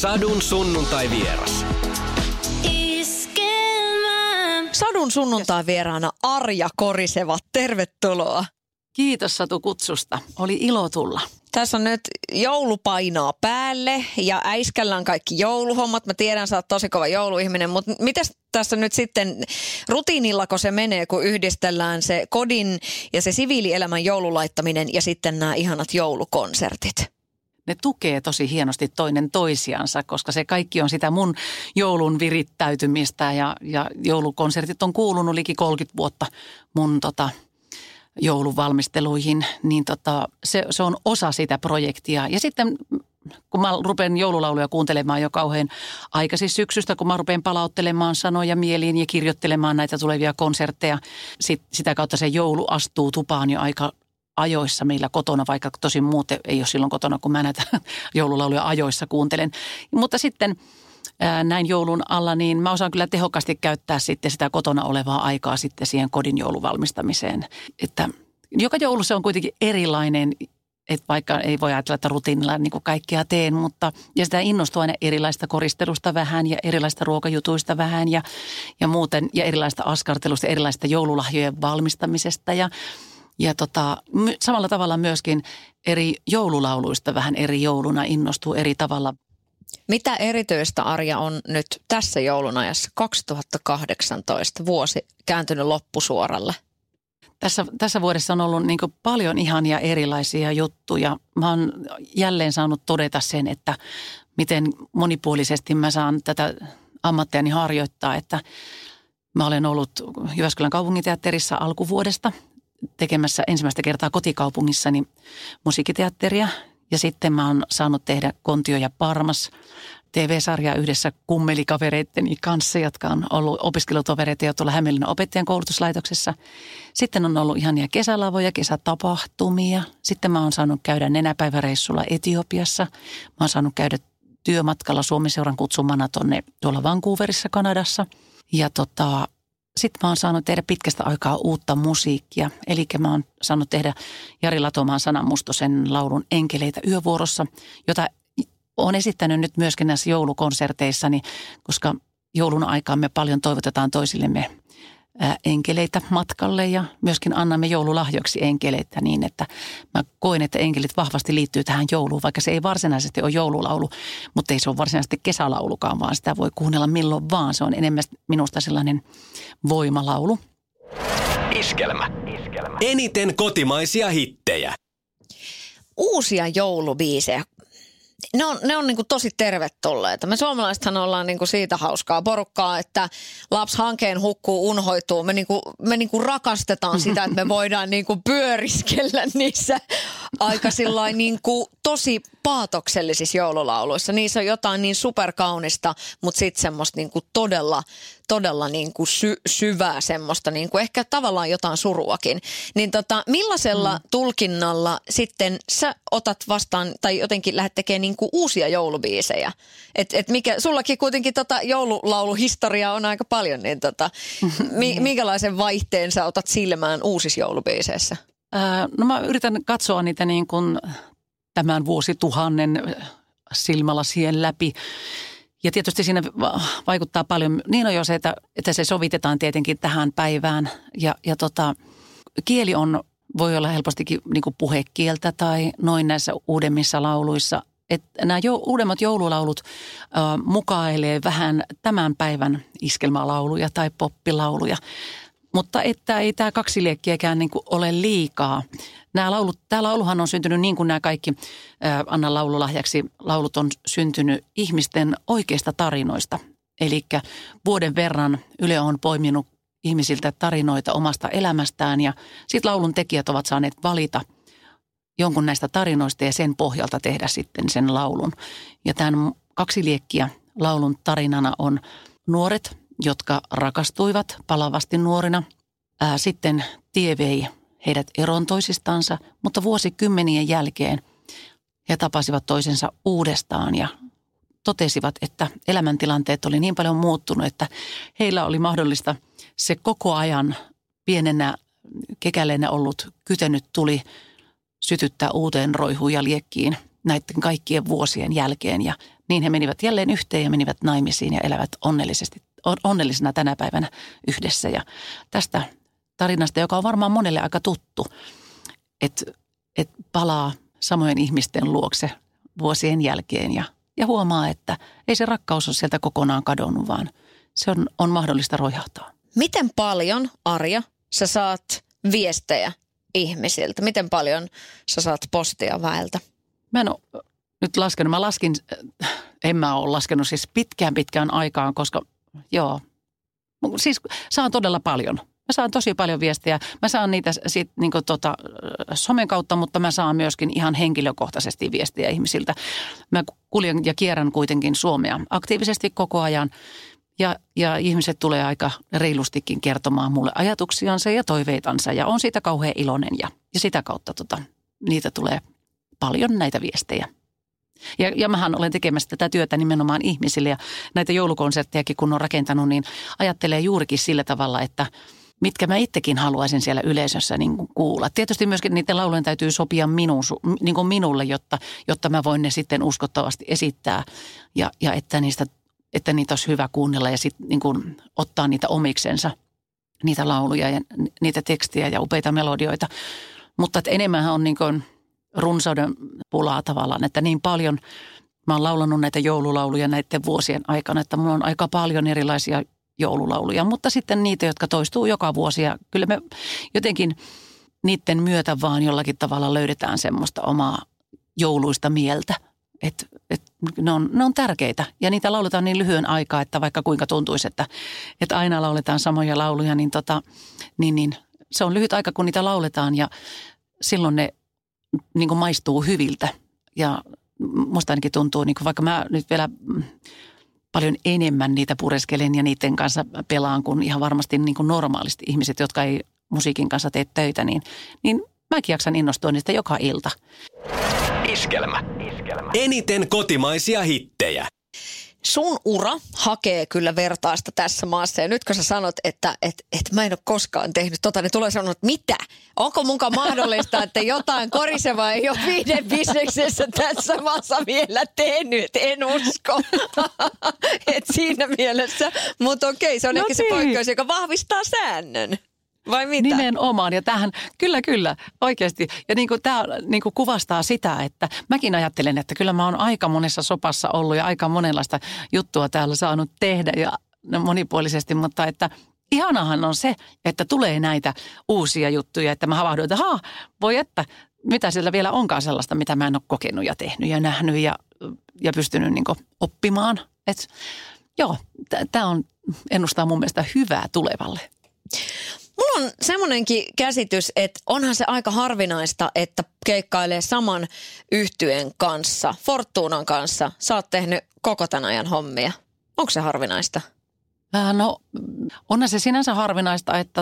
Sadun sunnuntai vieras. Sadun sunnuntai vieraana Arja Koriseva. Tervetuloa. Kiitos Satu kutsusta. Oli ilo tulla. Tässä on nyt joulupainaa päälle ja äiskällään kaikki jouluhommat. Mä tiedän, sä oot tosi kova jouluihminen, mutta mitäs tässä nyt sitten rutiinillako se menee, kun yhdistellään se kodin ja se siviilielämän joululaittaminen ja sitten nämä ihanat joulukonsertit? Ne tukee tosi hienosti toinen toisiansa, koska se kaikki on sitä mun joulun virittäytymistä ja joulukonsertit on kuulunut liki 30 vuotta mun jouluvalmisteluihin, niin se on osa sitä projektia. Ja sitten kun mä rupean joululauluja kuuntelemaan jo kauhean aikaisin syksystä, kun mä rupean palauttelemaan sanoja mieliin ja kirjoittelemaan näitä tulevia konsertteja, sitä kautta se joulu astuu tupaan jo aika ajoissa meillä kotona, vaikka tosin muuten ei ole silloin kotona, kun mä näitä joululauluja ajoissa kuuntelen. Mutta sitten näin joulun alla, niin mä osaan kyllä tehokkaasti käyttää sitten sitä kotona olevaa aikaa sitten siihen kodin jouluvalmistamiseen. Että joka joulu se on kuitenkin erilainen, että vaikka ei voi ajatella, että rutiinilla niin kuin kaikkea teen, mutta ja sitä innostuu aina erilaista koristelusta vähän ja erilaista ruokajutuista vähän ja muuten ja erilaista askartelusta, erilaista joululahjojen valmistamisesta ja samalla tavalla myöskin eri joululauluista vähän eri jouluna innostuu eri tavalla. Mitä erityistä, Arja, on nyt tässä joulun ajassa 2018 vuosi kääntynyt loppusuoralle? Tässä vuodessa on ollut niin kuin paljon ihania erilaisia juttuja. Mä oon jälleen saanut todeta sen, että miten monipuolisesti mä saan tätä ammattiani harjoittaa. Että mä olen ollut Jyväskylän kaupunginteatterissa alkuvuodesta tekemässä ensimmäistä kertaa kotikaupungissani musiikkiteatteria. Ja sitten mä oon saanut tehdä Kontio ja Parmas TV-sarjaa yhdessä kummelikavereitteni kanssa, jotka on ollut opiskelutovereita jo tuolla Hämeenlinnan opettajan koulutuslaitoksessa. Sitten on ollut ihania kesälavoja, kesätapahtumia. Sitten mä oon saanut käydä nenäpäiväreissulla Etiopiassa. Mä oon saanut käydä työmatkalla Suomi-seuran kutsumana tuolla Vancouverissa Kanadassa. Ja sitten mä oon saanut tehdä pitkästä aikaa uutta musiikkia. Eli mä oon saanut tehdä Jari Latomaan Sanna Mustosen laulun Enkeleitä yövuorossa, jota olen esittänyt nyt myöskin näissä joulukonserteissani, koska joulun aikaan me paljon toivotetaan toisillemme enkeleitä matkalle ja myöskin annamme joululahjoiksi enkeleitä niin, että mä koen, että enkelit vahvasti liittyy tähän jouluun, vaikka se ei varsinaisesti ole joululaulu, mutta ei se ole varsinaisesti kesälaulukaan, vaan sitä voi kuunnella milloin vaan. Se on enemmän minusta sellainen voimalaulu. Iskelmä. Eniten kotimaisia hittejä. Uusia joulubiisejä. Ne on niin kuin tosi tervetulleita. Me suomalaisethan ollaan niin kuin siitä hauskaa porukkaa, että lapsi hankeen hukkuu, unhoituu. Me niin kuin rakastetaan sitä, että me voidaan niin kuin pyöriskellä niissä aika sillain niin kuin tosi paatoksellisissa joululauluissa. Niissä on jotain niin superkaunista, mutta sitten semmoista niin kuin todella niin kuin syvää semmoista, niin kuin ehkä tavallaan jotain suruakin. Niin millaisella tulkinnalla sitten sä otat vastaan tai jotenkin lähdet tekemään niin kuin uusia joulubiisejä? Et mikä, sullakin kuitenkin joululauluhistoriaa on aika paljon, niin minkälaisen vaihteen sä otat silmään uusissa joulubiiseissä? No mä yritän katsoa niitä niin kuin tämän vuosituhannen silmälasien läpi. Ja tietysti siinä vaikuttaa paljon, niin on jo se, että se sovitetaan tietenkin tähän päivään. Ja kieli voi olla helpostikin niin kuin puhekieltä tai noin näissä uudemmissa lauluissa. Että nämä uudemmat joululaulut mukailee vähän tämän päivän iskelmälauluja tai poppilauluja. Mutta että ei tämä kaksiliekkiäkään niin kuin ole liikaa. Tämä lauluhan on syntynyt niin kuin nämä kaikki Anna laululahjaksi laulut on syntynyt ihmisten oikeista tarinoista. Eli vuoden verran Yle on poiminut ihmisiltä tarinoita omasta elämästään ja sitten laulun tekijät ovat saaneet valita jonkun näistä tarinoista ja sen pohjalta tehdä sitten sen laulun. Ja tämän kaksiliekkiä laulun tarinana on nuoret, jotka rakastuivat palavasti nuorina. Sitten tie vei heidät eroon toisistansa, mutta vuosikymmenien jälkeen he tapasivat toisensa uudestaan ja totesivat, että elämäntilanteet oli niin paljon muuttunut, että heillä oli mahdollista se koko ajan pienenä kekäleenä ollut kytenyt tuli sytyttää uuteen roihuun ja liekkiin näiden kaikkien vuosien jälkeen ja niin he menivät jälleen yhteen ja menivät naimisiin ja elävät onnellisena tänä päivänä yhdessä. Ja tästä tarinasta, joka on varmaan monelle aika tuttu, että palaa samojen ihmisten luokse vuosien jälkeen ja huomaa, että ei se rakkaus ole sieltä kokonaan kadonnut, vaan se on mahdollista roihahtaa. Miten paljon, Arja, sä saat viestejä ihmisiltä? Miten paljon sä saat postia väeltä? Mä en ole nyt laskenut. En mä ole laskenut siis pitkään aikaan, koska siis saan todella paljon. Mä saan tosi paljon viestejä. Mä saan niitä somen kautta, mutta mä saan myöskin ihan henkilökohtaisesti viestejä ihmisiltä. Mä kuljen ja kierrän kuitenkin Suomea aktiivisesti koko ajan. Ja ihmiset tulee aika reilustikin kertomaan mulle ajatuksiansa ja toiveitansa. Ja on siitä kauhean iloinen ja sitä kautta niitä tulee paljon näitä viestejä. Ja mähän olen tekemässä tätä työtä nimenomaan ihmisille ja näitä joulukonserttejakin kun on rakentanut, niin ajattelee juurikin sillä tavalla, että mitkä mä itsekin haluaisin siellä yleisössä niin kuin kuulla. Tietysti myöskin niiden laulujen täytyy sopia niin kuin minulle, jotta mä voin ne sitten uskottavasti esittää ja että niitä olisi hyvä kuunnella ja sitten niin kuin ottaa niitä omiksensa, niitä lauluja ja niitä tekstiä ja upeita melodioita. Mutta että enemmänhän on niin kuin runsauden pulaa tavallaan, että niin paljon mä oon laulanut näitä joululauluja näiden vuosien aikana, että mulla on aika paljon erilaisia joululauluja, mutta sitten niitä, jotka toistuu joka vuosi ja kyllä me jotenkin niiden myötä vaan jollakin tavalla löydetään semmoista omaa jouluista mieltä, että ne on tärkeitä ja niitä lauletaan niin lyhyen aikaa, että vaikka kuinka tuntuisi, että aina lauletaan samoja lauluja, niin se on lyhyt aika, kun niitä lauletaan ja silloin ne niin kuin maistuu hyviltä ja musta ainakin tuntuu, niin kuin vaikka mä nyt vielä paljon enemmän niitä pureskelen ja niiden kanssa pelaan kuin ihan varmasti niin kuin normaalisti ihmiset, jotka ei musiikin kanssa tee töitä, niin mäkin jaksan innostua niistä joka ilta. Iskelmä. Eniten kotimaisia hittejä. Sun ura hakee kyllä vertaista tässä maassa ja nyt kun sä sanot, että mä en ole koskaan tehnyt niin tulee sanoa, että mitä? Onko munkaan mahdollista, että jotain korisevaa ei ole viiden bisneksessä tässä maassa vielä tehnyt? En usko. Et siinä mielessä, mutta okei, se on ehkä se poikkeus, joka vahvistaa säännön. Vai mitä? Nimenomaan ja tämähän, kyllä, oikeasti. Ja niin kuin tämä niin kuin kuvastaa sitä, että mäkin ajattelen, että kyllä mä oon aika monessa sopassa ollut ja aika monenlaista juttua täällä saanut tehdä ja monipuolisesti, mutta että ihanahan on se, että tulee näitä uusia juttuja, että mä havahduin, että voi että, mitä siellä vielä onkaan sellaista, mitä mä en ole kokenut ja tehnyt ja nähnyt ja pystynyt niin kuin oppimaan. Että joo, tämä ennustaa mun mielestä hyvää tulevalle. Mulla on semmoinenkin käsitys, että onhan se aika harvinaista, että keikkailee saman yhtyeen kanssa, Fortunan kanssa. Sä oot tehnyt koko tämän ajan hommia. Onko se harvinaista? No, onhan se sinänsä harvinaista, että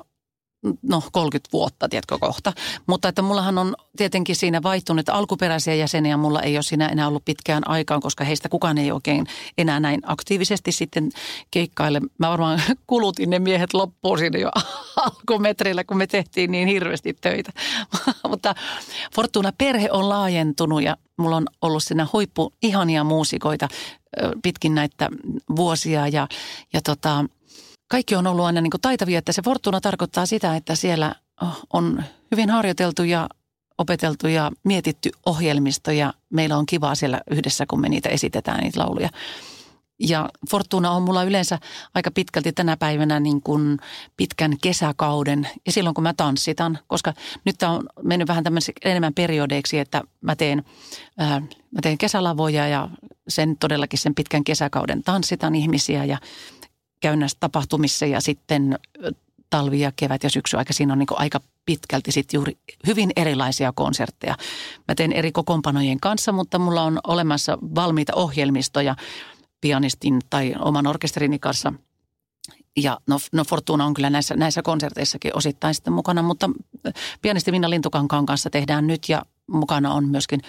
30 vuotta, tiedätkö kohta. Mutta että mullahan on tietenkin siinä vaihtunut alkuperäisiä jäseniä. Mulla ei ole siinä enää ollut pitkään aikaan, koska heistä kukaan ei oikein enää näin aktiivisesti sitten keikkaille. Mä varmaan kulutin ne miehet loppuun siinä jo alkumetrillä, kun me tehtiin niin hirveästi töitä. Mutta Fortuna-perhe on laajentunut ja mulla on ollut siinä huippu ihania muusikoita pitkin näitä vuosia ja kaikki on ollut aina niin kuin taitavia, että se Fortuna tarkoittaa sitä, että siellä on hyvin harjoiteltu ja opeteltu ja mietitty ohjelmisto ja meillä on kivaa siellä yhdessä, kun me niitä esitetään, niitä lauluja. Ja Fortuna on mulla yleensä aika pitkälti tänä päivänä niin kuin pitkän kesäkauden ja silloin kun mä tanssitan, koska nyt tämä on mennyt vähän tämmöisen enemmän periodeiksi, että mä teen kesälavoja ja todellakin sen pitkän kesäkauden tanssitan ihmisiä ja käyn näissä tapahtumissa ja sitten talvi ja kevät ja syksy aika siinä on niin kuin aika pitkälti sitten juuri hyvin erilaisia konsertteja. Mä teen eri kokoonpanojen kanssa, mutta mulla on olemassa valmiita ohjelmistoja pianistin tai oman orkesterini kanssa. Ja no Fortuna on kyllä näissä konserteissakin osittain sitten mukana, mutta pianisti Minna Lintukankaan kanssa tehdään nyt ja mukana on myöskin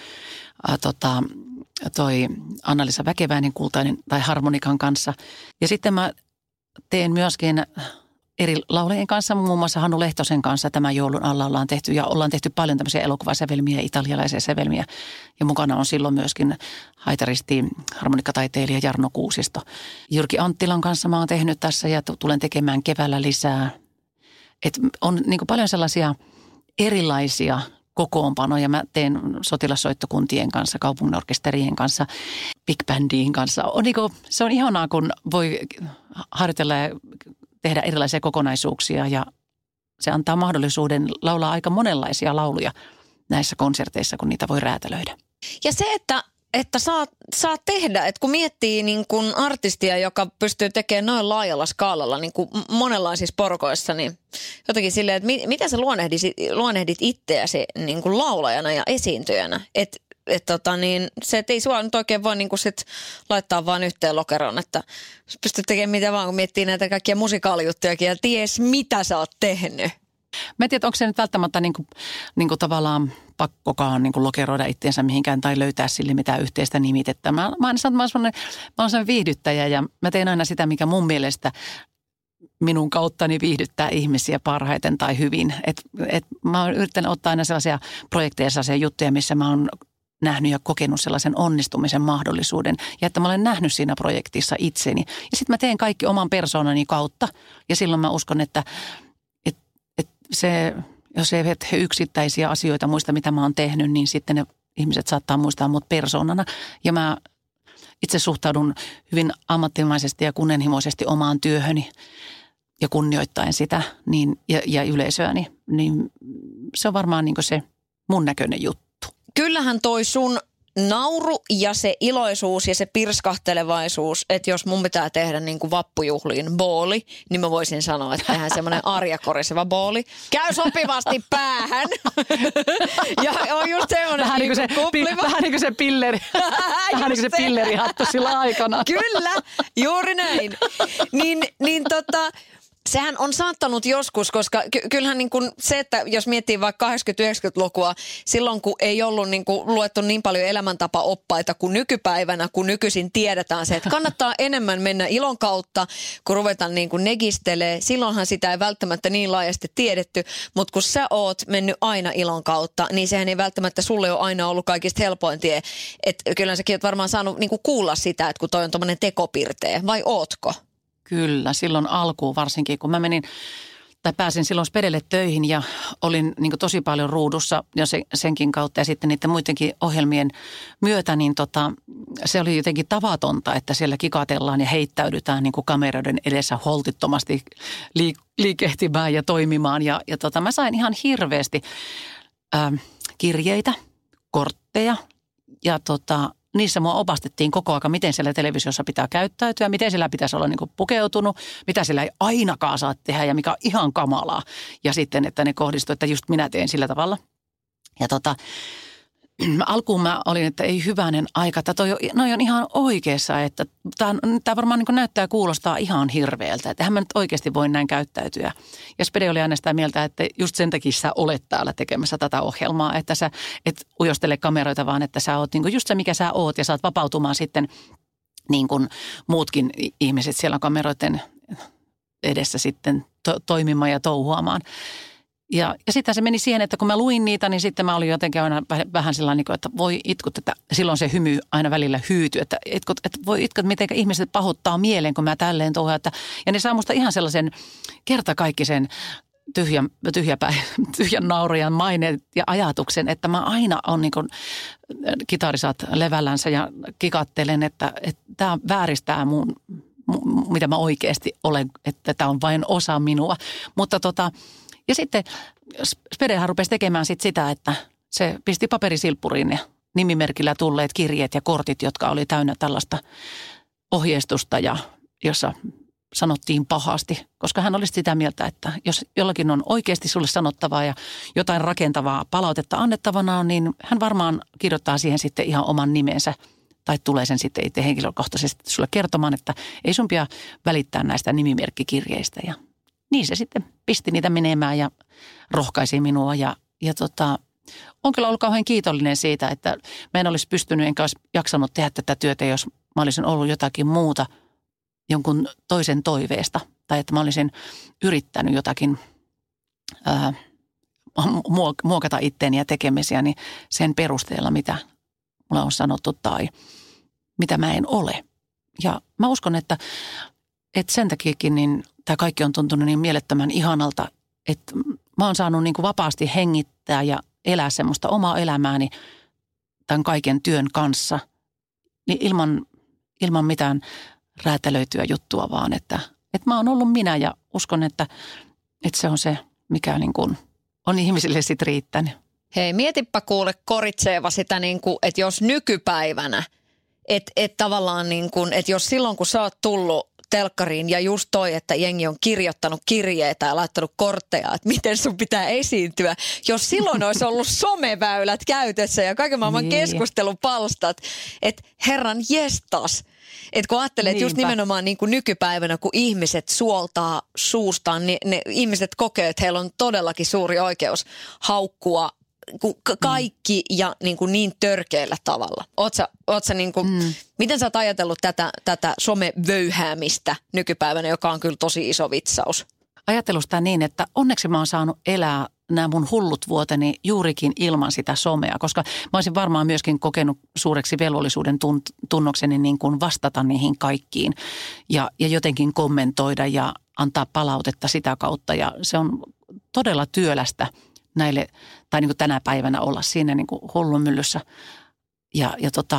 toi Anna-Liisa Väkeväinen kultainen tai harmonikan kanssa. Ja sitten mä teen myöskin eri laulajien kanssa, muun muassa Hannu Lehtosen kanssa tämän joulun alla ollaan tehty paljon tämmöisiä elokuvasävelmiä, italialaisia sävelmiä. Ja mukana on silloin myöskin haitaristi, harmonikkataiteilija Jarno Kuusisto. Jyrki Anttilan kanssa mä oon tehnyt tässä ja tulen tekemään keväällä lisää. Et on niin kuin paljon sellaisia erilaisia kokoonpanoja. Mä teen sotilassoittokuntien kanssa, kaupunginorkesterien kanssa, big bandien kanssa. Se on ihanaa, kun voi harjoitella ja tehdä erilaisia kokonaisuuksia ja se antaa mahdollisuuden laulaa aika monenlaisia lauluja näissä konserteissa, kun niitä voi räätälöidä. Ja se, että saa tehdä, että kun miettii niin kuin artistia, joka pystyy tekemään noin laajalla skaalalla niin kuin monenlaisissa porukoissa, niin jotenkin silleen, että mitä sä luonnehdit itseäsi niin kuin laulajana ja esiintyjänä, se, että ei sua nyt oikein voi niin kuin sit laittaa vaan yhteen lokeroon, että pystyt tekemään mitä vaan, kun miettii näitä kaikkia musikaalijuttujakin ja ties mitä sä oot tehnyt. Mä en tiedä, onko se nyt välttämättä niin kuin tavallaan pakkokaan niin kuin lokeroida itseensä mihinkään tai löytää sille mitään yhteistä nimitettä. Mä oon sellainen viihdyttäjä ja mä teen aina sitä, mikä mun mielestä minun kauttani viihdyttää ihmisiä parhaiten tai hyvin. Mä oon yrittänyt ottaa aina sellaisia projekteja, sellaisia juttuja, missä mä oon nähnyt ja kokenut sellaisen onnistumisen mahdollisuuden ja että mä olen nähnyt siinä projektissa itseni. Ja sitten mä teen kaikki oman persoonani kautta ja silloin mä uskon, että se, jos eivät he yksittäisiä asioita muista, mitä mä oon tehnyt, niin sitten ne ihmiset saattaa muistaa mut persoonana. Ja mä itse suhtaudun hyvin ammattimaisesti ja kunnianhimoisesti omaan työhöni ja kunnioittaen sitä ja yleisöäni. Niin se on varmaan niin kuin se mun näköinen juttu. Kyllähän toi sun nauru ja se iloisuus ja se pirskahtelevaisuus, että jos mun pitää tehdä niin kuin vappujuhliin booli, niin mä voisin sanoa, että tehdään semmoinen arjakoriseva booli. Käy sopivasti päähän. Ja on just semmoinen vähän niin kuin se pilleri. Vähän niin kuin se pillerihattu sillä aikana. Kyllä, juuri näin. Sehän on saattanut joskus, koska kyllähän niin kuin se, että jos miettii vaikka 80-90-lukua, silloin kun ei ollut niin kuin luettu niin paljon elämäntapaoppaita kuin nykypäivänä, kun nykyisin tiedetään se, että kannattaa enemmän mennä ilon kautta, kun ruvetaan niin kuin negistelee. Silloinhan sitä ei välttämättä niin laajasti tiedetty, mutta kun sä oot mennyt aina ilon kautta, niin sehän ei välttämättä sulle ole aina ollut kaikista helpoin tie. Että kyllä säkin oot varmaan saanut niin kuin kuulla sitä, että kun toi on tommoinen tekopirtee, vai ootko? Kyllä, silloin alkuun varsinkin, kun mä pääsin silloin Spedelle töihin ja olin niin kuin tosi paljon ruudussa jo senkin kautta ja sitten niiden muidenkin ohjelmien myötä, niin se oli jotenkin tavatonta, että siellä kikatellaan ja heittäydytään niin kuin kameroiden edessä holtittomasti liikehtimään ja toimimaan. Ja mä sain ihan hirveästi kirjeitä, kortteja ja niissä mua opastettiin koko ajan, miten siellä televisiossa pitää käyttäytyä, miten siellä pitäisi olla niin kuin pukeutunut, mitä siellä ei ainakaan saa tehdä ja mikä on ihan kamalaa. Ja sitten, että ne kohdistui, että just minä teen sillä tavalla. Ja alkuun mä olin, että ei hyvänen aika, että noi on ihan oikeassa, että tämä varmaan niin kuin näyttää ja kuulostaa ihan hirveältä, että eihän mä nyt oikeasti voi näin käyttäytyä. Ja Spede oli aina sitä mieltä, että just sen takia sä olet täällä tekemässä tätä ohjelmaa, että sä et ujostele kameroita, vaan että sä oot niin kuin just se, mikä sä oot ja saat vapautumaan sitten niin kuin muutkin ihmiset siellä kameroiden edessä sitten toimimaan ja touhuamaan. Ja sitten se meni siihen, että kun mä luin niitä, niin sitten mä olin jotenkin aina vähän sellainen, että voi itkut, että silloin se hymy aina välillä hyytyy, että voi itkut, miten ihmiset pahoittaa mieleen, kun mä tälleen touhaan. Ja ne saa musta ihan sellaisen kertakaikkisen tyhjän naurajan maineen ja ajatuksen, että mä aina on niin kuin kitarisat levällänsä ja kikattelen, että tämä vääristää mun, mitä mä oikeasti olen, että tämä on vain osa minua. Mutta ja sitten Spedehän rupesi tekemään sitä, että se pisti paperisilppuriin ne nimimerkillä tulleet kirjeet ja kortit, jotka oli täynnä tällaista ohjeistusta ja jossa sanottiin pahasti, koska hän olisi sitä mieltä, että jos jollakin on oikeasti sulle sanottavaa ja jotain rakentavaa palautetta annettavana, niin hän varmaan kirjoittaa siihen sitten ihan oman nimensä tai tulee sen sitten itse henkilökohtaisesti sulle kertomaan, että ei sun pidä välittää näistä nimimerkkikirjeistä ja niin se sitten pisti niitä menemään ja rohkaisi minua ja on kyllä ollut kauhean kiitollinen siitä, että mä en olisi pystynyt enkä olisi jaksanut tehdä tätä työtä, jos mä olisin ollut jotakin muuta jonkun toisen toiveesta tai että mä olisin yrittänyt jotakin muokata itteeni ja tekemisiäni sen perusteella, mitä mulla on sanottu tai mitä mä en ole. Ja mä uskon, että sen takiakin niin tämä kaikki on tuntunut niin mielettömän ihanalta, että mä oon saanut niin kuin vapaasti hengittää ja elää semmoista omaa elämääni tämän kaiken työn kanssa niin ilman mitään räätälöityä juttua vaan, että mä oon ollut minä ja uskon, että se on se, mikä niin kuin on ihmisille sitten riittänyt. Hei, mietipä kuule Koritseeva sitä niin kuin, että jos nykypäivänä, että tavallaan niin kuin, että jos silloin kun sä oot tullut telkkariin ja just toi, että jengi on kirjoittanut kirjeitä ja laittanut kortteja, että miten sun pitää esiintyä. Jos silloin olisi ollut someväylät käytössä ja kaiken maailman keskustelupalstat, että herran jestas. Että kun ajattelee, että just nimenomaan niin kuin nykypäivänä, kun ihmiset suoltaa suustaan, niin ne ihmiset kokee, että heillä on todellakin suuri oikeus haukkua kaikki ja niin törkeällä tavalla. Ootko niin kuin, miten sä oot ajatellut tätä somevöyhäämistä nykypäivänä, joka on kyllä tosi iso vitsaus? Ajattelusta niin, että onneksi mä oon saanut elää nämä mun hullut vuoteni juurikin ilman sitä somea, koska mä olisin varmaan myöskin kokenut suureksi velvollisuuden tunnokseni niin kuin vastata niihin kaikkiin ja jotenkin kommentoida ja antaa palautetta sitä kautta ja se on todella työlästä näille, tai niin kuin tänä päivänä olla siinä niin kuin hullun myllyssä. Ja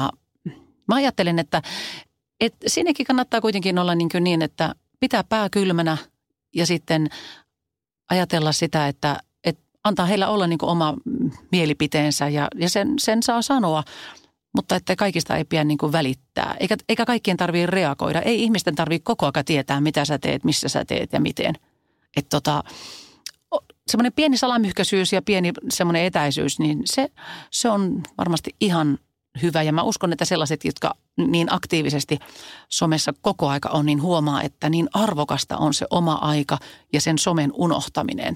mä ajattelen, että siinäkin kannattaa kuitenkin olla niin, että pitää pää kylmänä ja sitten ajatella sitä, että antaa heillä olla niin kuin oma mielipiteensä ja sen saa sanoa, mutta että kaikista ei pidä niin kuin välittää. Eikä kaikkien tarvitse reagoida. Ei ihmisten tarvitse koko ajan tietää, mitä sä teet, missä sä teet ja miten. Että semmoinen pieni salamyhkäisyys ja pieni semmoinen etäisyys, niin se on varmasti ihan hyvä. Ja mä uskon, että sellaiset, jotka niin aktiivisesti somessa koko aika on, niin huomaa, että niin arvokasta on se oma aika ja sen somen unohtaminen.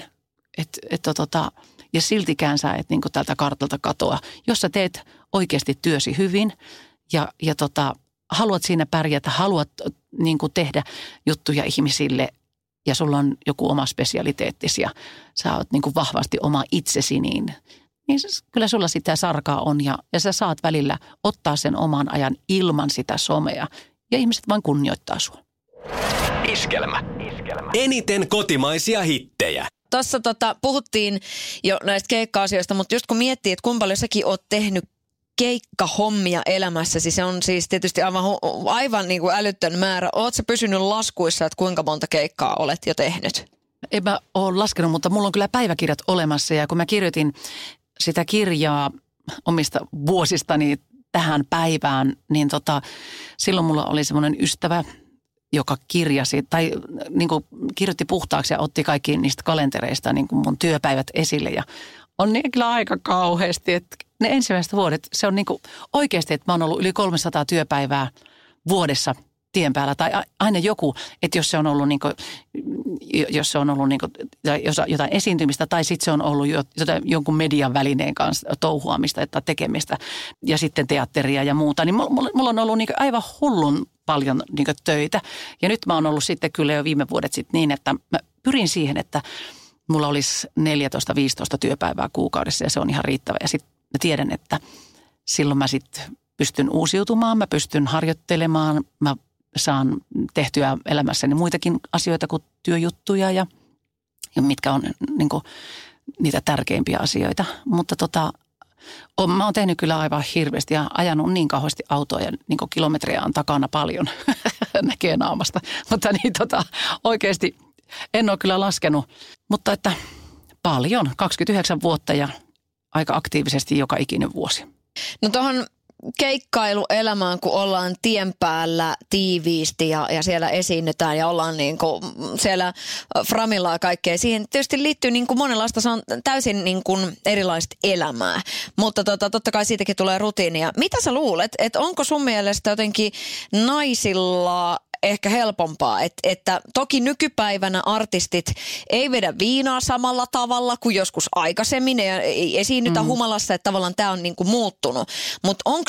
Ja siltikään sä et niin kuin tältä kartalta katoa. Jos sä teet oikeasti työsi hyvin ja haluat siinä pärjätä, haluat niin kuin tehdä juttuja ihmisille ja sulla on joku oma spesialiteettisi ja sä oot niin kuin vahvasti oma itsesi, niin kyllä sulla sitä sarkaa on ja sä saat välillä ottaa sen oman ajan ilman sitä somea ja ihmiset vain kunnioittaa sua. Iskelmä. Eniten kotimaisia hittejä. Tuossa puhuttiin jo näistä keikka-asioista, mutta just kun miettii, että kuinka paljon säkin oot tehnyt keikkahommia elämässäsi, se on siis tietysti aivan niin kuin älyttön määrä. Oot sä pysynyt laskuissa, että kuinka monta keikkaa olet jo tehnyt? En mä ole laskenut, mutta mulla on kyllä päiväkirjat olemassa ja kun mä kirjoitin sitä kirjaa omista vuosistani tähän päivään, niin silloin mulla oli semmoinen ystävä, joka kirjasi tai niin kuin kirjoitti puhtaaksi ja otti kaikki niistä kalentereista niin kuin mun työpäivät esille. Ja on niin kyllä aika kauheasti, että ne ensimmäiset vuodet, se on niin kuin oikeasti, että mä oon ollut yli 300 työpäivää vuodessa tien päällä. Tai aina joku, että jos se on ollut, jotain esiintymistä tai sitten se on ollut jonkun median välineen kanssa touhuamista tai tekemistä ja sitten teatteria ja muuta. Niin mulla on ollut niin kuin aivan hullun paljon niin kuin töitä. Ja nyt mä oon ollut sitten kyllä jo viime vuodet sitten niin, että mä pyrin siihen, että mulla olisi 14-15 työpäivää kuukaudessa ja se on ihan riittävä. Ja sitten mä tiedän, että silloin mä sitten pystyn uusiutumaan, mä pystyn harjoittelemaan, mä saan tehtyä elämässäni muitakin asioita kuin työjuttuja ja mitkä on niin kuin niitä tärkeimpiä asioita. Mutta mä oon tehnyt kyllä aivan hirveästi ja ajanut niin kauheasti autoa ja niin kuin kilometrejä on takana paljon, näkee naamasta. Mutta niin oikeasti en ole kyllä laskenut, mutta että paljon, 29 vuotta ja aika aktiivisesti joka ikinen vuosi. No tuohon keikkailuelämään, kun ollaan tien päällä tiiviisti ja siellä esiinnytään ja ollaan niin kuin siellä framilla ja kaikkea. Siihen tietysti liittyy niin kuin monenlaista, se on täysin niin kuin erilaista elämää, mutta totta kai siitäkin tulee rutiinia. Mitä sä luulet, että onko sun mielestä jotenkin naisilla ehkä helpompaa. Että toki nykypäivänä artistit ei vedä viinaa samalla tavalla kuin joskus aikaisemmin. Ei esiinnytä humalassa, että tavallaan tämä on niinku muuttunut. Mutta onko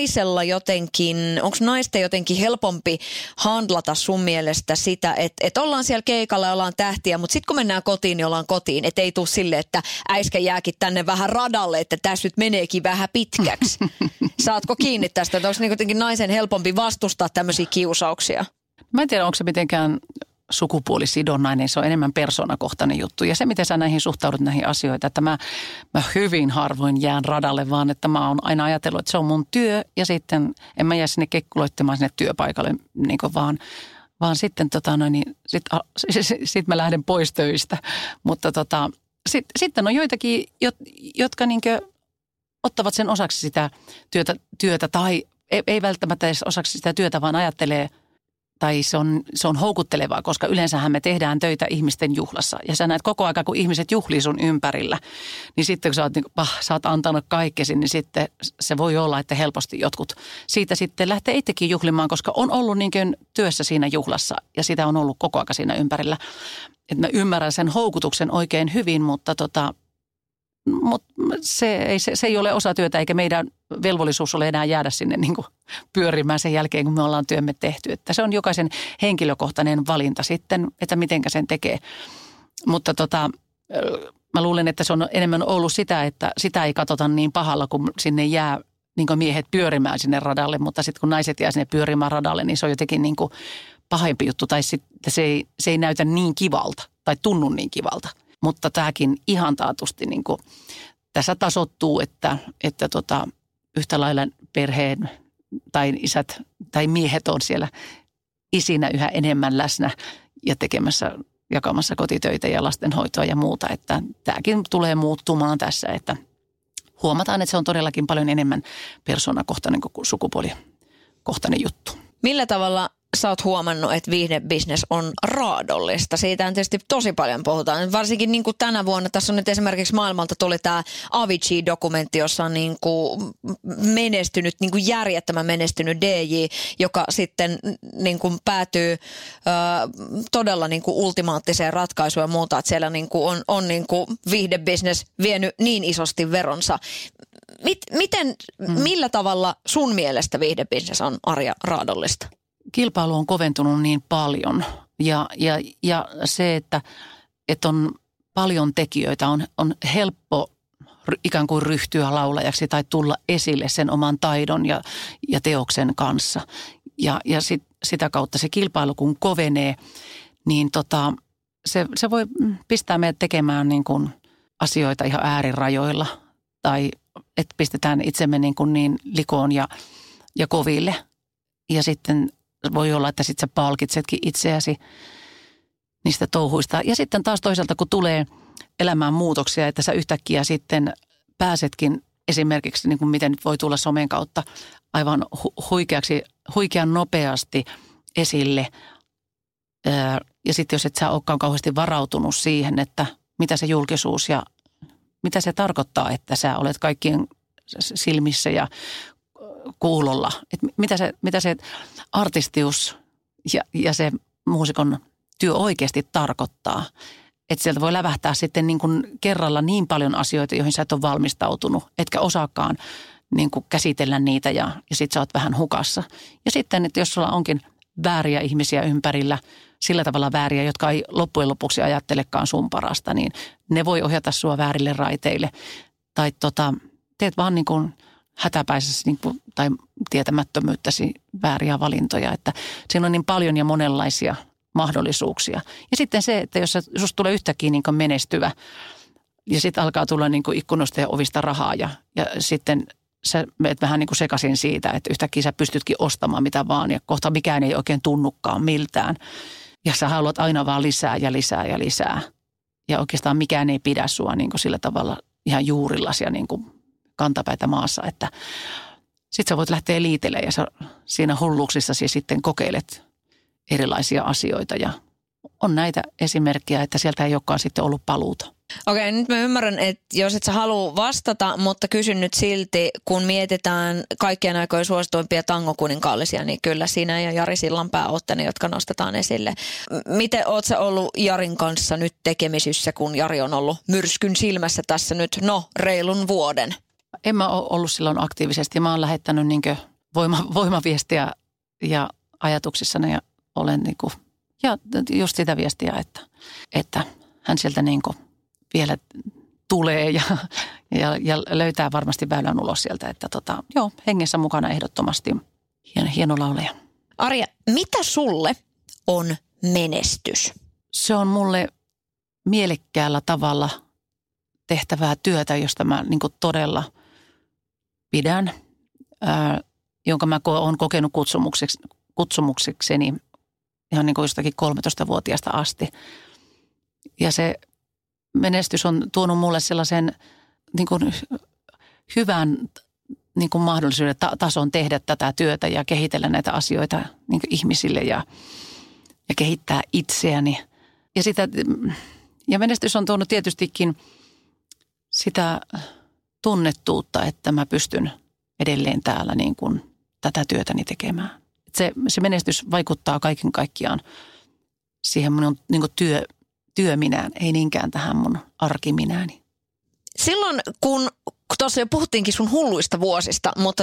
naisten jotenkin helpompi handlata sun mielestä sitä, että ollaan siellä keikalla ja ollaan tähtiä, mutta sitten kun mennään kotiin, niin ollaan kotiin. Että ei tule silleen, että äiskä jääkin tänne vähän radalle, että tässä nyt meneekin vähän pitkäksi. Saatko kiinni tästä, että onko jotenkin naisen helpompi vastustaa tämmöisiä kiusauksia? Mä en tiedä, onko se mitenkään sukupuolisidonnainen, se on enemmän persoonakohtainen juttu. Ja se, miten sä suhtaudut näihin asioihin, että mä hyvin harvoin jään radalle, vaan että mä oon aina ajatellut, että se on mun työ ja sitten en mä jää sinne kekkuloittamaan sinne työpaikalle, niin vaan sitten sit mä lähden pois töistä. Mutta sitten on joitakin, jotka ottavat sen osaksi sitä työtä tai ei välttämättä edes osaksi sitä työtä, vaan ajattelee, tai se on houkuttelevaa, koska yleensähän me tehdään töitä ihmisten juhlassa. Ja sä näet koko ajan, kun ihmiset juhlii sun ympärillä, niin sitten kun sä oot antanut kaikkesi, niin sitten se voi olla, että helposti jotkut siitä sitten lähtee itsekin juhlimaan, koska on ollut työssä siinä juhlassa ja sitä on ollut koko ajan siinä ympärillä. Että mä ymmärrän sen houkutuksen oikein hyvin, mutta se ei ole osa työtä eikä meidän velvollisuus ole enää jäädä sinne pyörimään sen jälkeen, kun me ollaan työmme tehty. Että se on jokaisen henkilökohtainen valinta sitten, että mitenkä sen tekee. Mutta mä luulen, että se on enemmän ollut sitä, että sitä ei katsota niin pahalla, kun sinne jää miehet pyörimään sinne radalle. Mutta sitten kun naiset jää sinne pyörimään radalle, niin se on jotenkin pahempi juttu. Tai sitten se ei näytä niin kivalta tai tunnu niin kivalta. Mutta tämäkin ihan taatusti tässä tasoittuu, että yhtä lailla perheen tai isät tai miehet on siellä isinä yhä enemmän läsnä ja jakamassa kotitöitä ja lastenhoitoa ja muuta. Että tämäkin tulee muuttumaan tässä, että huomataan, että se on todellakin paljon enemmän persoonakohtainen kuin sukupuolikohtainen juttu. Millä tavalla sä oot huomannut, että viihdebisnes on raadollista? Siitä tietysti tosi paljon puhutaan. Varsinkin tänä vuonna, tässä on nyt esimerkiksi maailmalta tuli tämä Avicii-dokumentti, jossa on menestynyt, järjettömän menestynyt DJ, joka sitten päätyy todella ultimaattiseen ratkaisuun ja muuta, että siellä on viihdebisnes vienyt niin isosti veronsa. Millä tavalla sun mielestä viihdebisnes on raadollista? Kilpailu on koventunut niin paljon ja se, että on paljon tekijöitä, on helppo ikään kuin ryhtyä laulajaksi tai tulla esille sen oman taidon ja teoksen kanssa. Ja sitä kautta se kilpailu kun kovenee, niin se voi pistää meidät tekemään asioita ihan äärirajoilla tai että pistetään itsemme niin likoon ja koville ja sitten voi olla, että sitten sä palkitsetkin itseäsi niistä touhuista. Ja sitten taas toisaalta, kun tulee elämään muutoksia, että sä yhtäkkiä sitten pääsetkin esimerkiksi, niin kuin miten nyt voi tulla somen kautta, aivan huikean nopeasti esille. Ja sitten jos et sä olekaan kauheasti varautunut siihen, että mitä se julkisuus ja mitä se tarkoittaa, että sä olet kaikkien silmissä ja kuulolla. Että mitä se artistius ja se muusikon työ oikeasti tarkoittaa. Että sieltä voi lävähtää sitten kerralla niin paljon asioita, joihin sä et ole valmistautunut, etkä osaakaan käsitellä niitä ja sit sä oot vähän hukassa. Ja sitten, että jos sulla onkin vääriä ihmisiä ympärillä, sillä tavalla vääriä, jotka ei loppujen lopuksi ajattelekaan sun parasta, niin ne voi ohjata sua väärille raiteille. Tai teet vaan hätäpäisessä tai tietämättömyyttäsi vääriä valintoja, että siinä on niin paljon ja monenlaisia mahdollisuuksia. Ja sitten se, että jos susta tulee yhtäkkiä menestyvä ja sitten alkaa tulla ikkunoista ja ovista rahaa ja sitten sä menet vähän sekaisin siitä, että yhtäkkiä sä pystytkin ostamaan mitä vaan ja kohta mikään ei oikein tunnukaan miltään. Ja sä haluat aina vaan lisää ja lisää ja lisää. Ja oikeastaan mikään ei pidä sua sillä tavalla ihan juurillas ja kantapäitä maassa, että sit sä voit lähteä liitelemään ja sä siinä hulluuksissasi sitten kokeilet erilaisia asioita ja on näitä esimerkkejä, että sieltä ei olekaan sitten ollut paluuta. Okei, nyt mä ymmärrän, että jos et sä halua vastata, mutta kysyn nyt silti, kun mietitään kaikkien aikojen suosituimpia tangokuninkaallisia, niin kyllä sinä ja Jari Sillanpää ootte ne, jotka nostetaan esille. Miten oot sä ollut Jarin kanssa nyt tekemisissä, kun Jari on ollut myrskyn silmässä tässä nyt, reilun vuoden? En mä ole ollut silloin aktiivisesti. Mä oon lähettänyt niinkö voimaviestiä ja ajatuksissani ja olen niinku, ja just sitä viestiä, että hän sieltä niinku vielä tulee ja löytää varmasti väylän ulos sieltä, että hengessä mukana ehdottomasti hieno laulaja. Arja, mitä sulle on menestys? Se on mulle mielekkäällä tavalla tehtävää työtä, josta mä niinku todella pidän, jonka mä oon kokenut kutsumuksekseni ihan niin kuin jostakin 13-vuotiaasta asti. Ja se menestys on tuonut mulle sellaisen niin kuin hyvän niin kuin mahdollisuuden tason tehdä tätä työtä ja kehitellä näitä asioita niin kuin ihmisille ja kehittää itseäni. Ja menestys on tuonut tietystikin sitä tunnettuutta, että mä pystyn edelleen täällä niin kuin tätä työtäni tekemään. Se menestys vaikuttaa kaiken kaikkiaan siihen minun niin kuin työminään, ei niinkään tähän mun arkiminääni. Silloin, kun tuossa jo puhuttiinkin sun hulluista vuosista, mutta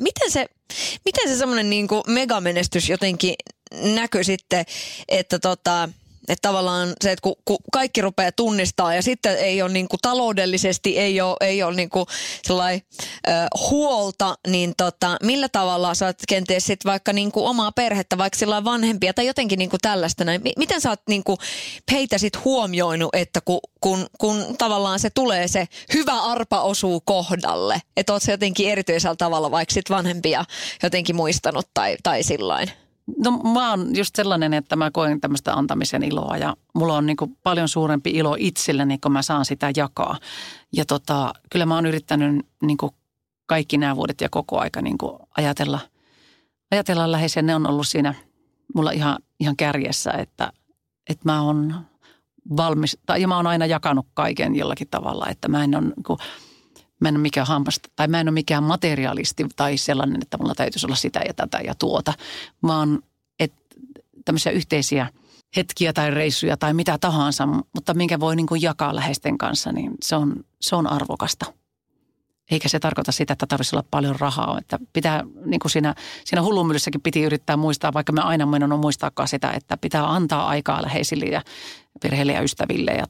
miten se semmoinen niin kuin megamenestys jotenkin näkyy sitten, että että tavallaan se, että kun kaikki rupeaa tunnistaa ja sitten ei ole niin kuin taloudellisesti, ei ole niin kuin sellainen huolta, niin millä tavalla sä oot kenties sit vaikka niin kuin omaa perhettä, vaikka sellainen vanhempia tai jotenkin niin kuin tällaista näin. Miten sä oot niin kuin heitä sit huomioinut, että kun tavallaan se tulee se hyvä arpa osuu kohdalle, että oot sä jotenkin erityisellä tavalla vaikka sit vanhempia jotenkin muistanut tai sillain? No mä oon just sellainen, että mä koen tämmöistä antamisen iloa ja mulla on niin kuin paljon suurempi ilo itselleni, kun mä saan sitä jakaa. Ja kyllä mä oon yrittänyt niin kuin kaikki nämä vuodet ja koko aika niin kuin ajatella läheisiä. Ne on ollut siinä mulla ihan kärjessä, että mä oon valmis, ja mä oon aina jakanut kaiken jollakin tavalla, että mä en ole mikään hampasta, tai mä en ole mikään materialisti tai sellainen, että mulla täytyisi olla sitä ja tätä ja tuota, vaan tämmöisiä yhteisiä hetkiä tai reissuja tai mitä tahansa, mutta minkä voi niin kuin jakaa läheisten kanssa, niin se on arvokasta. Eikä se tarkoita sitä, että tarvitsisi olla paljon rahaa, että pitää niin kuin siinä hullunmyllyssäkin piti yrittää muistaa, vaikka me aina mennyt muistaakaan sitä, että pitää antaa aikaa läheisille ja perheille ja ystäville ja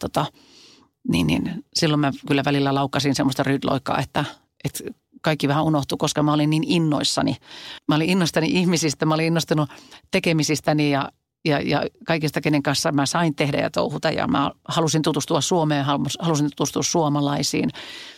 niin silloin mä kyllä välillä laukkasin semmoista rydloikkaa, että kaikki vähän unohtui, koska mä olin niin innoissani. Mä olin innostani ihmisistä, mä olin innostunut tekemisistäni ja kaikista, kenen kanssa mä sain tehdä ja touhuta. Ja mä halusin tutustua Suomeen, halusin tutustua suomalaisiin.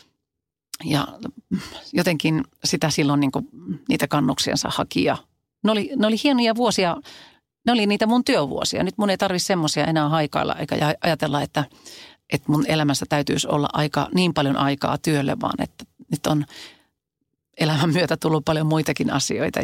Ja jotenkin sitä silloin niin kuin niitä kannuksiansa haki. Ja ne oli hienoja vuosia, ne oli niitä mun työvuosia. Nyt mun ei tarvitse semmoisia enää haikailla eikä ajatella, että mun elämässä täytyisi olla niin paljon aikaa työlle, vaan että nyt on elämän myötä tullut paljon muitakin asioita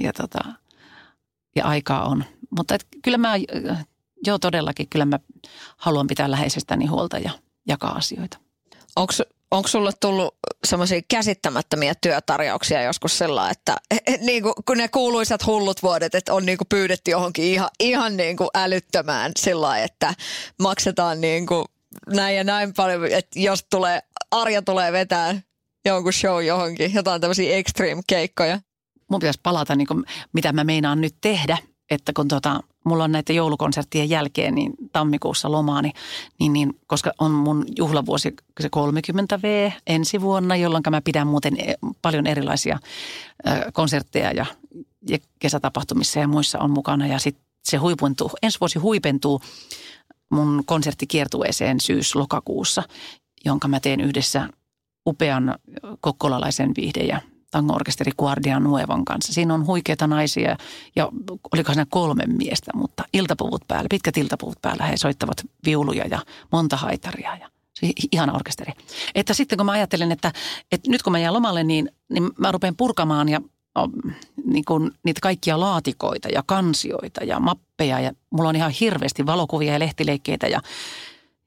ja aikaa on. Mutta kyllä todellakin, kyllä mä haluan pitää läheisestäni huolta ja jakaa asioita. Onko sulle tullut semmoisia käsittämättömiä työtarjouksia joskus sellainen, että niin kun ne kuuluisat hullut vuodet, että on niin kuin pyydetty johonkin ihan niin kuin älyttömään sellainen, että maksetaan niin kuin näin ja näin paljon, että jos Arja tulee vetää jonkun show johonkin, jotain tämmöisiä extreme-keikkoja. Mun pitäisi palata, niin kuin, mitä mä meinaan nyt tehdä, että kun mulla on näitä joulukonserttien jälkeen, niin tammikuussa lomaani, niin koska on mun juhlavuosi se 30V ensi vuonna, jolloin mä pidän muuten paljon erilaisia konsertteja ja kesätapahtumissa ja muissa on mukana. Ja sitten se ensi vuosi huipentuu mun konserttikiertueeseen syys-lokakuussa, jonka mä teen yhdessä upean kokkolalaisen viihde- ja tango-orkesteri Guardia Nuevan kanssa. Siinä on huikeita naisia ja oliko siinä 3 miestä, mutta pitkät iltapuvut päällä. He soittavat viuluja ja monta haitaria ja ihana orkesteri. Että sitten kun mä ajattelen, että nyt kun mä jään lomalle, niin mä rupean purkamaan ja niin kuin niitä kaikkia laatikoita ja kansioita ja mappeja ja mulla on ihan hirveästi valokuvia ja lehtileikkeitä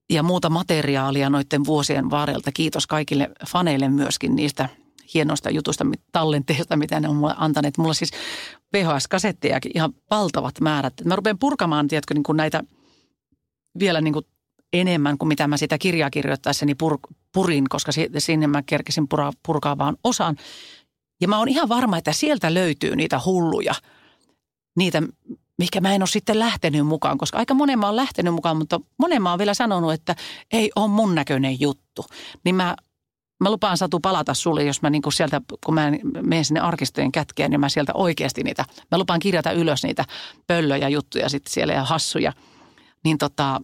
ja muuta materiaalia noiden vuosien varrelta. Kiitos kaikille faneille myöskin niistä hienoista jutusta, tallenteista, mitä ne on mulle antaneet. Mulla siis VHS-kasettejakin ihan valtavat määrät. Mä rupean purkamaan, tiedätkö, niin kuin näitä vielä niin kuin enemmän kuin mitä mä sitä kirjaa kirjoittaessani purin, koska sinne mä kerkesin purkaa vaan osan. Ja mä oon ihan varma, että sieltä löytyy niitä hulluja, niitä, mikä mä en ole sitten lähtenyt mukaan, koska aika monen mä oon lähtenyt mukaan, mutta monen mä oon vielä sanonut, että ei ole mun näköinen juttu. Niin mä lupaan, Satu, palata sulle, jos mä niinku sieltä, kun mä menen sinne arkistojen kätkeen, niin mä sieltä oikeasti niitä, mä lupaan kirjata ylös niitä pöllöjä juttuja sitten siellä ja hassuja. Niin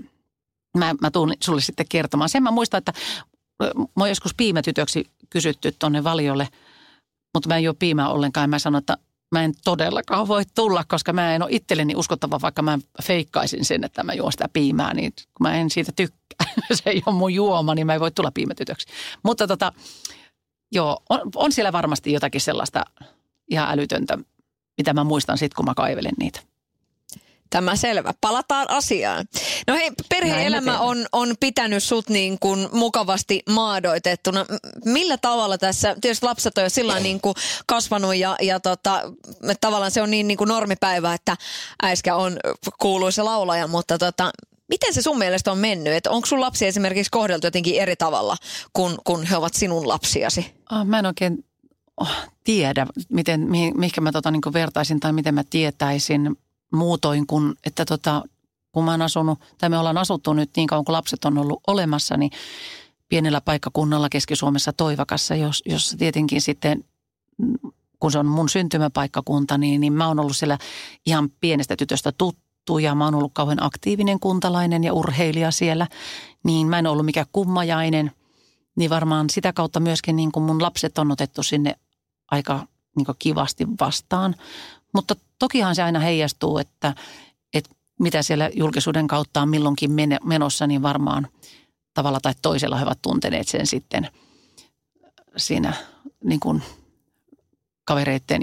mä tuun sulle sitten kertomaan. Sen mä muistan, että mä oon joskus piimätytöksi kysytty tonne Valiolle, mutta mä en juo piimää ollenkaan. Mä sanon, että mä en todellakaan voi tulla, koska mä en ole itselleni uskottava, vaikka mä feikkaisin sen, että mä juon sitä piimää, niin kun mä en siitä tykkää. Se ei ole mun juoma, niin mä en voi tulla piimätytöksi. Mutta joo, on siellä varmasti jotakin sellaista ihan älytöntä, mitä mä muistan sitten, kun mä kaivelen niitä. Tämä selvä. Palataan asiaan. No hei, perhe-elämä on pitänyt sut niin kuin mukavasti maadoitettuna. Millä tavalla tässä, tietysti lapset on jo sillä niin kuin kasvanut ja tavallaan se on niin kuin normipäivä, että äiskä on kuuluisa laulaja, mutta miten se sun mielestä on mennyt? Että onko sun lapsi esimerkiksi kohdeltu jotenkin eri tavalla, kun he ovat sinun lapsiasi? Mä en oikein tiedä, mihinkä mä niin kuin vertaisin tai miten mä tietäisin. Muutoin kuin, että kun mä oon asunut, tai me ollaan asuttu nyt niin kauan kuin lapset on ollut olemassa, niin pienellä paikkakunnalla Keski-Suomessa Toivakassa, jossa tietenkin sitten, kun se on mun syntymäpaikkakunta, niin mä oon ollut siellä ihan pienestä tytöstä tuttu ja mä oon ollut kauhean aktiivinen kuntalainen ja urheilija siellä, niin mä en ollut mikään kummajainen, niin varmaan sitä kautta myöskin niin kuin mun lapset on otettu sinne aika niin kuin kivasti vastaan. Mutta tokihan se aina heijastuu, että mitä siellä julkisuuden kautta on milloinkin menossa, niin varmaan tavalla tai toisella he ovat tunteneet sen sitten siinä niin kuin kavereiden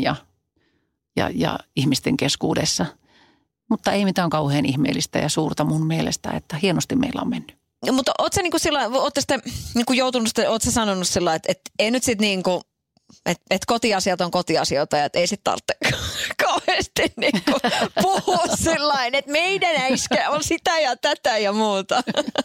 ja ihmisten keskuudessa. Mutta ei mitään kauhean ihmeellistä ja suurta mun mielestä, että hienosti meillä on mennyt. Mutta ootko sä niinku joutunut, ootko sä sanonut sillä, että ei nyt sitten niinku, että kotiasiat on kotiasioita ja että ei sitten tarvitse kauheasti niinku puhua sillain, että meidän äiskä on sitä ja tätä ja muuta.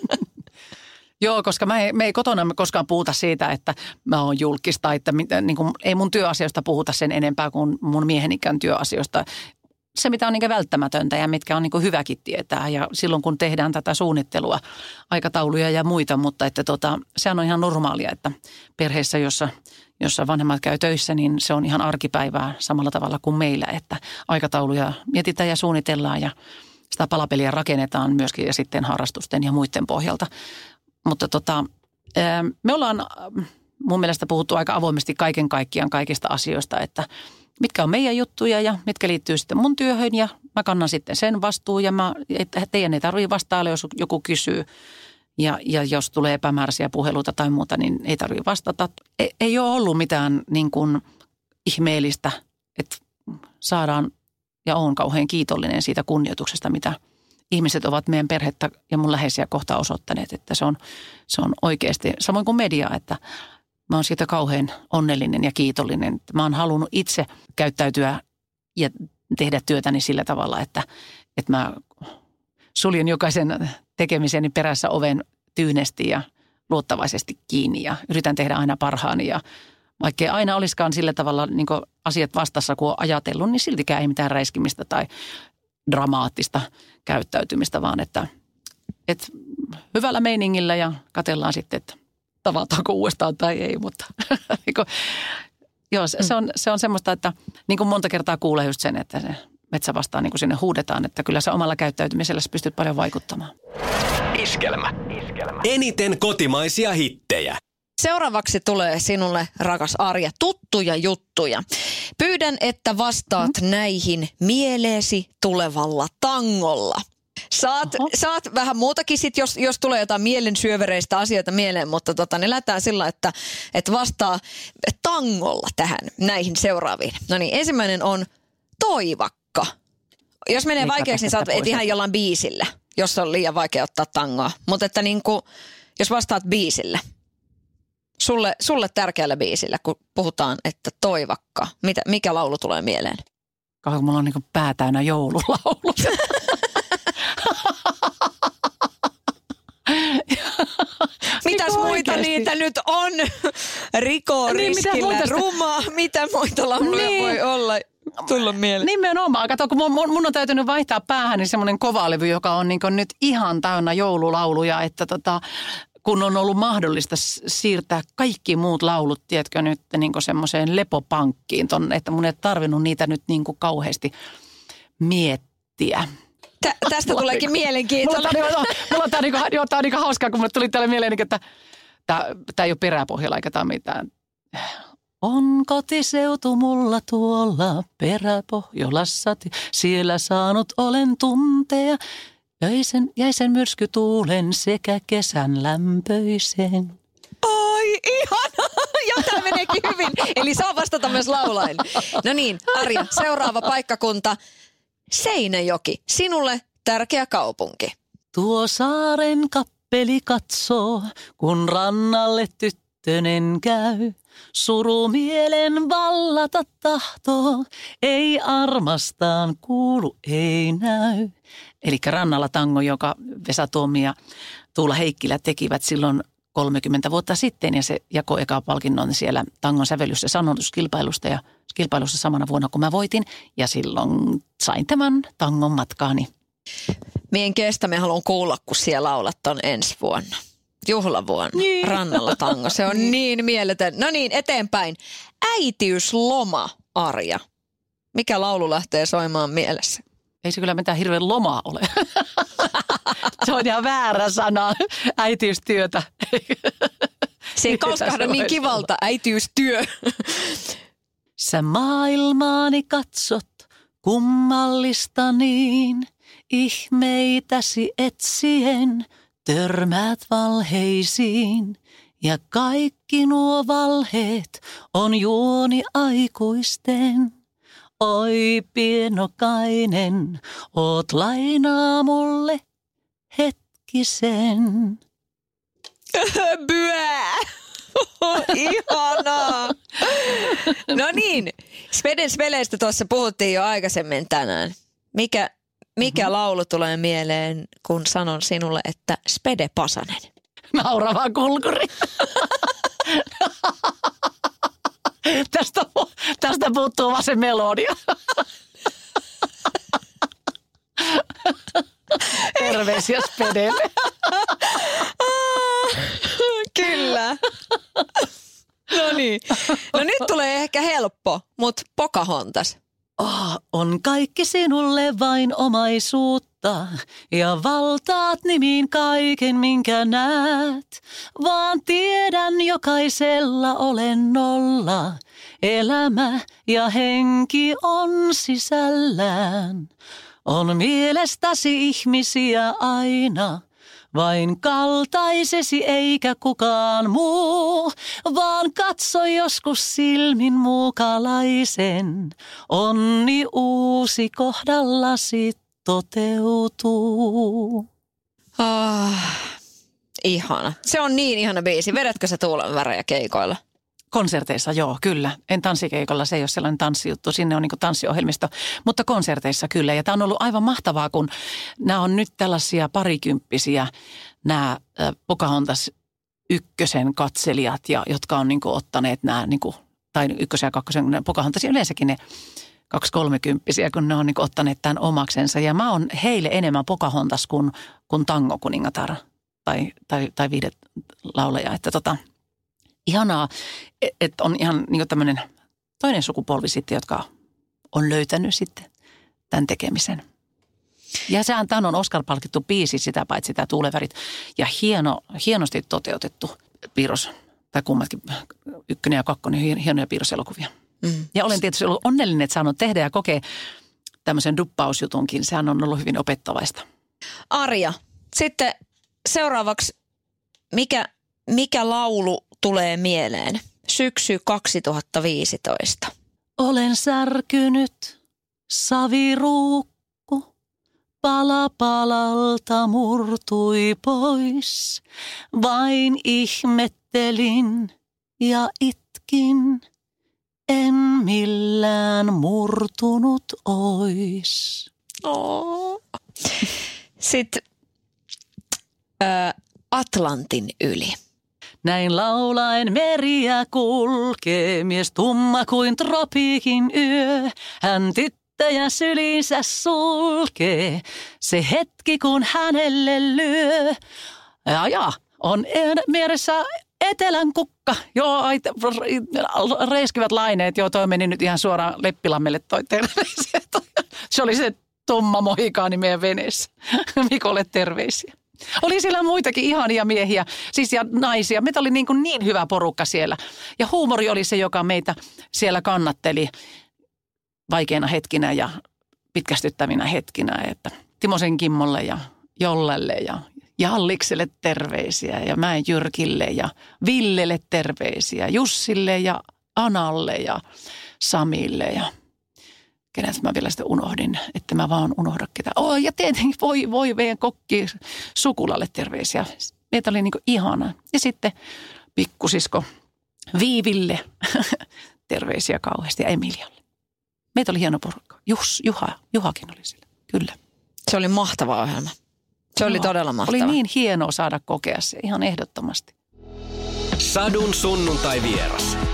Joo, koska me ei kotona koskaan puhuta siitä, että mä oon julkista, että niin kuin, ei mun työasioista puhuta sen enempää kuin mun miehenikään työasioista. Se, mitä on niin välttämätöntä ja mitkä on niin hyväkin tietää ja silloin, kun tehdään tätä suunnittelua, aikatauluja ja muita, mutta että sehän on ihan normaalia, että perheessä, jossa vanhemmat käy töissä, niin se on ihan arkipäivää samalla tavalla kuin meillä, että aikatauluja mietitään ja suunnitellaan ja sitä palapeliä rakennetaan myöskin ja sitten harrastusten ja muiden pohjalta. Mutta me ollaan mun mielestä puhuttu aika avoimesti kaiken kaikkiaan kaikista asioista, että mitkä on meidän juttuja ja mitkä liittyy sitten mun työhön ja mä kannan sitten sen vastuun ja teidän ei tarvitse vastailla, jos joku kysyy. Ja jos tulee epämääräisiä puheluita tai muuta, niin ei tarvitse vastata. Ei ole ollut mitään niin kuin ihmeellistä, että saadaan ja olen kauhean kiitollinen siitä kunnioituksesta, mitä ihmiset ovat meidän perhettä ja mun läheisiä kohtaan osoittaneet. Että se on oikeasti, samoin kuin media, että mä oon siitä kauhean onnellinen ja kiitollinen. Mä oon halunnut itse käyttäytyä ja tehdä työtäni sillä tavalla, että mä suljen jokaisen tekemiseni perässä oven tyynesti ja luottavaisesti kiinni ja yritän tehdä aina parhaani. Ja vaikkei aina olisikaan sillä tavalla niin kuin asiat vastassa, kun on ajatellut, niin siltikään ei mitään räiskimistä tai dramaattista käyttäytymistä, vaan että hyvällä meiningillä ja katsellaan sitten, että tavataanko uudestaan tai ei, mutta joo, se on semmoista, että niin kuin monta kertaa kuulee just sen, että se metsä vastaan niin kuin sinne huudetaan, että kyllä se omalla käyttäytymisellä pystyt paljon vaikuttamaan. Iskelmä. Eniten kotimaisia hittejä. Seuraavaksi tulee sinulle, rakas Arja, tuttuja juttuja. Pyydän, että näihin mieleesi tulevalla tangolla. Saat vähän muutakin sit, jos tulee jotain mielensyövereistä asioita mieleen, mutta ne lähtee sillä, että vastaa tangolla tähän näihin seuraaviin. No niin, ensimmäinen on Toivakka. Jos menee vaikeaksi, niin saat ihan jollain biisillä. jos on liian vaikea ottaa tangoa. Mutta että niinku, jos vastaat biisille, sulle tärkeällä biisillä, kun puhutaan, että Toivakka, mikä laulu tulee mieleen? Kauan mulla on niinku pää täynnä joululauluja. Mitäs niin muita oikeasti. niitä nyt on? Riko, riskillä, ruma. Mitä muita lauluja voi olla? Tulla mieleen. Nimenomaan. Kato, kun mun on täytynyt vaihtaa päähäni semmoinen kovalevy, joka on niin nyt ihan täynnä joululauluja, että kun on ollut mahdollista siirtää kaikki muut laulut, tiedätkö nyt niin semmoiseen lepopankkiin tonne, että mun ei tarvinnut niitä nyt niin kauheasti miettiä. Tästä tuleekin mielenkiintoista. Mulla tää on niinku hauskaa, kun mulle tuli tälle mieleen, että tää ei ole peräpohjalla eikä tää mitään. On kotiseutu mulla tuolla Peräpohjolassa, siellä saanut olen tunteja. Jäisen myrskytuulen sekä kesän lämpöisen. Oi, ihana! Joo, tää meneekin hyvin. Eli saa vastata myös laulain. No niin, Arja, seuraava paikkakunta. Seinäjoki, sinulle tärkeä kaupunki. Tuo saaren kappeli katsoo, kun rannalle tyttönen käy. Suru mielen vallata tahtoo, ei armastaan kuulu, ei näy. Eli Rannalla tango, joka Vesa Tuomi ja Tuula Heikkilä tekivät silloin 30 vuotta sitten. Ja se jakoi eka palkinnon siellä tangon sävellys- ja sanotuskilpailusta ja kilpailussa samana vuonna, kun mä voitin. Ja silloin sain tämän tangon matkaani. Mien kestä, me haluan kuulla, kun siellä laulat ton ensi vuonna. Juhlavuonna. Niin. Rannalla tango. Se on niin mieletön. No niin, eteenpäin. Äitiysloma, Arja. Mikä laulu lähtee soimaan mielessä? Ei se kyllä mitään hirveän lomaa ole. Se on ihan väärä sana. Äitiystyötä. Se ei kauskahda niin kivalta. Äitiystyö. Sä maailmaani katsot kummallista niin. Ihmeitäsi etsien törmäät valheisiin. Ja kaikki nuo valheet on juoni aikuisten. Oi pienokainen, oot lainaa mulle hetkisen. Byää! Ihanaa! No niin, Speden Speleistä tuossa puhuttiin jo aikaisemmin tänään. Mikä laulu tulee mieleen, kun sanon sinulle, että Spede Pasanen? Naurava kulkuri. Tästä puuttuu vaan se melodia. Terveisiä Spedelle. Kyllä. No niin. No nyt tulee ehkä helppo, mutta Pocahontas. On kaikki sinulle vain omaisuutta ja valtaat nimiin kaiken, minkä näet. Vaan tiedän, jokaisella olen nolla. Elämä ja henki on sisällään. On mielestäsi ihmisiä aina. Vain kaltaisesi eikä kukaan muu, vaan katso joskus silmin muukalaisen. Onni uusi kohdallasi toteutuu. Ihana. Se on niin ihana biisi. Vedätkö sä Tuulen värejä keikoilla? Konserteissa joo, kyllä. En tanssikeikolla, se ei ole sellainen tanssijuttu. Sinne on niin kuin tanssiohjelmisto, mutta konserteissa kyllä. Ja tämä on ollut aivan mahtavaa, kun nämä on nyt tällaisia parikymppisiä, nämä Pocahontas ykkösen katselijat, jotka on niin kuin ottaneet nämä, niin kuin, tai ykkösen ja kakkosen Pocahontas, yleensäkin ne 2-30-vuotiaita, kun ne on niin kuin ottaneet tämän omaksensa. Ja mä oon heille enemmän Pocahontas kuin tangokuningatar tai viidet laulaja, että ihanaa, että on ihan niin tämmöinen toinen sukupolvi sitten, jotka on löytänyt sitten tämän tekemisen. Ja tämä on Oscar-palkittu biisi, sitä paitsi tämä Tuulevärit. Ja hienosti toteutettu piirros, tai kummatkin, 1 ja 2, hienoja piirroselokuvia. Ja olen tietysti ollut onnellinen, että saanut tehdä ja kokea tämmöisen duppausjutunkin. Sehän on ollut hyvin opettavaista. Arja, sitten seuraavaksi, mikä laulu tulee mieleen? Syksy 2015. Olen särkynyt saviruukku, pala palalta murtui pois. Vain ihmettelin ja itkin, en millään murtunut ois. Oh. Sitten Atlantin yli. Näin laulaen meriä kulkee, mies tumma kuin tropiikin yö. Hän tyttöjä sylinsä sulkee, se hetki kun hänelle lyö. Ja, on mielessä etelän kukka. Joo, reiskivät laineet. Joo, toi meni nyt ihan suoraan Leppilammelle toi terveisiä. Se oli se tumma mohikaani meidän veneessä. Mikolle terveisiä. Oli siellä muitakin ihania miehiä, siis ja naisia. Meitä oli niin hyvä porukka siellä. Ja huumori oli se, joka meitä siellä kannatteli vaikeina hetkinä ja pitkästyttävinä hetkinä. Että Timosen Kimmolle ja Jollelle ja Jallikselle terveisiä ja Mäen Jyrkille ja Villelle terveisiä. Jussille ja Analle ja Samille ja kenet mä vielä sitten unohdin, että mä vaan unohda ketään. Ja tietenkin voi meidän kokki sukulalle terveisiä. Meitä oli ihana. Ja sitten pikkusisko Viiville terveisiä kauheasti ja Emilialle. Meitä oli hieno porukka. Juhakin oli siellä, kyllä. Se oli mahtava ohjelma. Se oli todella mahtava. Oli niin hienoa saada kokea se ihan ehdottomasti. Sadun sunnuntai vieras.